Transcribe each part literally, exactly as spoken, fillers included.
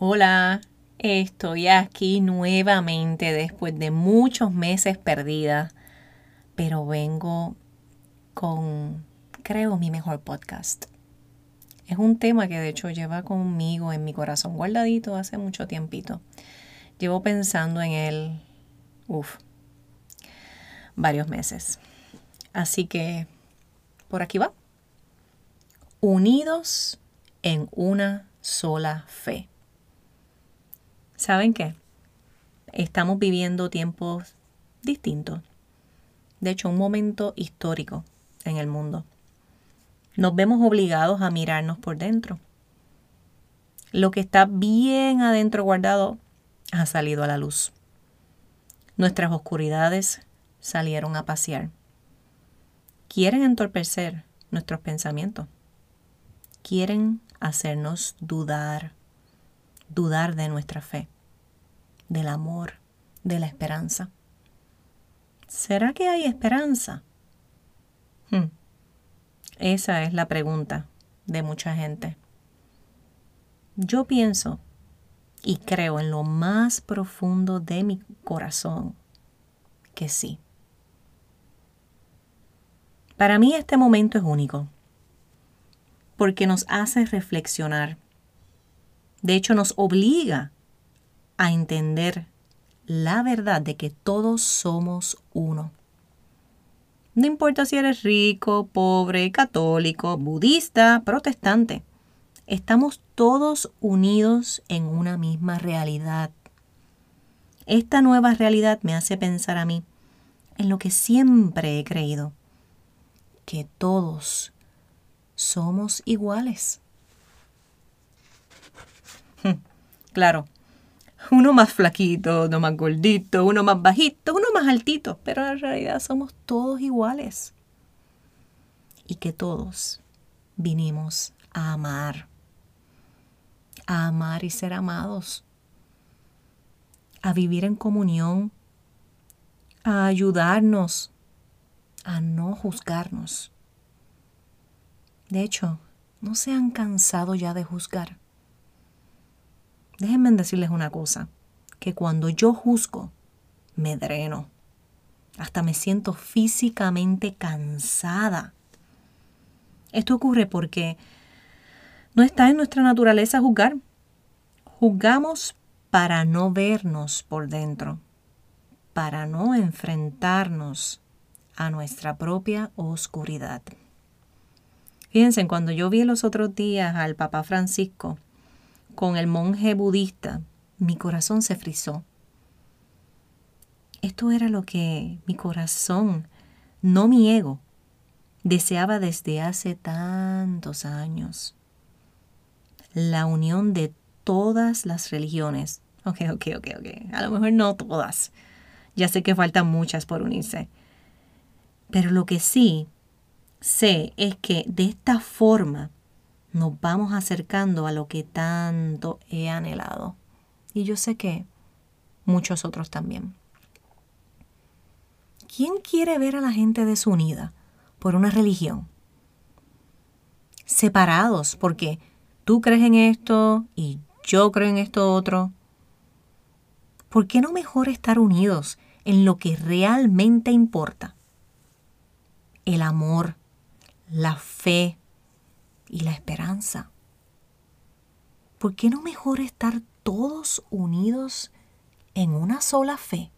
Hola, estoy aquí nuevamente después de muchos meses perdida, pero vengo con, creo, mi mejor podcast. Es un tema que de hecho lleva conmigo en mi corazón guardadito hace mucho tiempito. Llevo pensando en él, uff, varios meses. Así que, por aquí va. Unidos en una sola fe. ¿Saben qué? Estamos viviendo tiempos distintos. De hecho, un momento histórico en el mundo. Nos vemos obligados a mirarnos por dentro. Lo que está bien adentro guardado ha salido a la luz. Nuestras oscuridades salieron a pasear. Quieren entorpecer nuestros pensamientos. Quieren hacernos dudar, dudar de nuestra fe, del amor, de la esperanza. ¿Será que hay esperanza? Hmm. Esa es la pregunta de mucha gente. Yo pienso y creo en lo más profundo de mi corazón que sí. Para mí este momento es único porque nos hace reflexionar. De hecho, nos obliga a entender la verdad de que todos somos uno. No importa si eres rico, pobre, católico, budista, protestante. Estamos todos unidos en una misma realidad. Esta nueva realidad me hace pensar a mí en lo que siempre he creído, que todos somos iguales. Claro, uno más flaquito, uno más gordito, uno más bajito, uno más altito, pero en realidad somos todos iguales. Y que todos vinimos a amar, a amar y ser amados, a vivir en comunión, a ayudarnos, a no juzgarnos. De hecho, ¿no se han cansado ya de juzgar? Déjenme decirles una cosa, que cuando yo juzgo, me dreno. Hasta me siento físicamente cansada. Esto ocurre porque no está en nuestra naturaleza juzgar. Juzgamos para no vernos por dentro, para no enfrentarnos a nuestra propia oscuridad. Fíjense, cuando yo vi los otros días al Papa Francisco con el monje budista, mi corazón se frizó. Esto era lo que mi corazón, no mi ego, deseaba desde hace tantos años. La unión de todas las religiones. Ok, ok, ok, ok. A lo mejor no todas. Ya sé que faltan muchas por unirse. Pero lo que sí sé es que de esta forma nos vamos acercando a lo que tanto he anhelado. Y yo sé que muchos otros también. ¿Quién quiere ver a la gente desunida por una religión? Separados porque tú crees en esto y yo creo en esto otro. ¿Por qué no mejor estar unidos en lo que realmente importa? El amor, la fe y la esperanza. ¿Por qué no mejor estar todos unidos en una sola fe?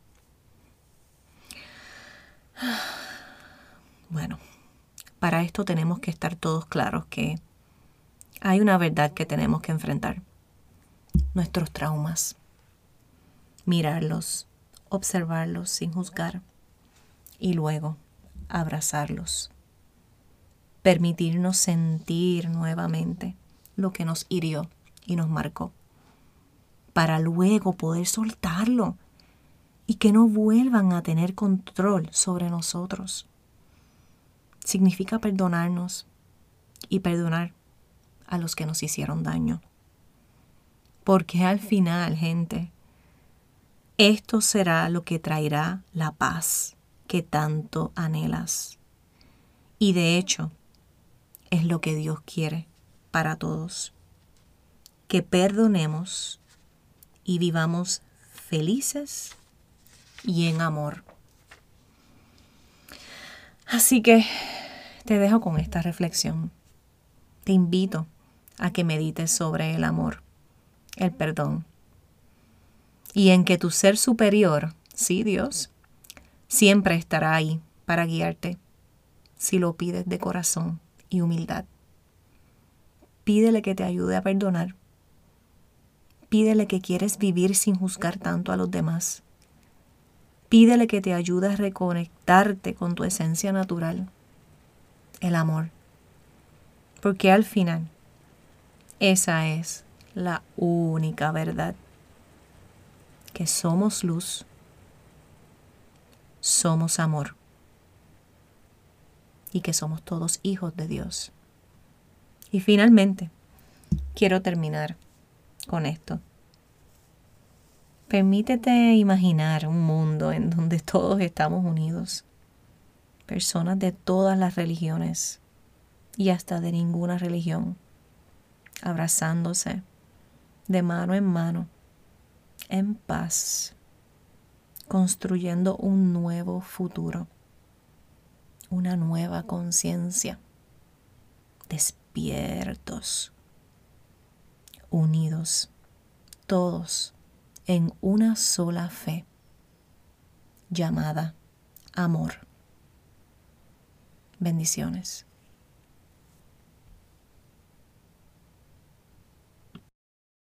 Bueno, para esto tenemos que estar todos claros que hay una verdad que tenemos que enfrentar. Nuestros traumas. Mirarlos, observarlos sin juzgar y luego abrazarlos. Permitirnos sentir nuevamente lo que nos hirió y nos marcó, para luego poder soltarlo y que no vuelvan a tener control sobre nosotros. Significa perdonarnos y perdonar a los que nos hicieron daño. Porque al final, gente, esto será lo que traerá la paz que tanto anhelas. Y de hecho, es lo que Dios quiere para todos. que perdonemos y vivamos felices y en amor. Así que te dejo con esta reflexión. Te invito a que medites sobre el amor, el perdón, y en que tu ser superior, sí, Dios, siempre estará ahí para guiarte si lo pides de corazón y humildad. Pídele que te ayude a perdonar. Pídele que quieres vivir sin juzgar tanto a los demás. Pídele que te ayude a reconectarte con tu esencia natural, el amor. Porque al final, esa es la única verdad. Que somos luz, somos amor y que somos todos hijos de Dios. Y finalmente, quiero terminar con esto. Permítete imaginar un mundo en donde todos estamos unidos. Personas de todas las religiones y hasta de ninguna religión, abrazándose de mano en mano, en paz, construyendo un nuevo futuro, una nueva conciencia, despiertos, unidos, todos en una sola fe, llamada amor. Bendiciones.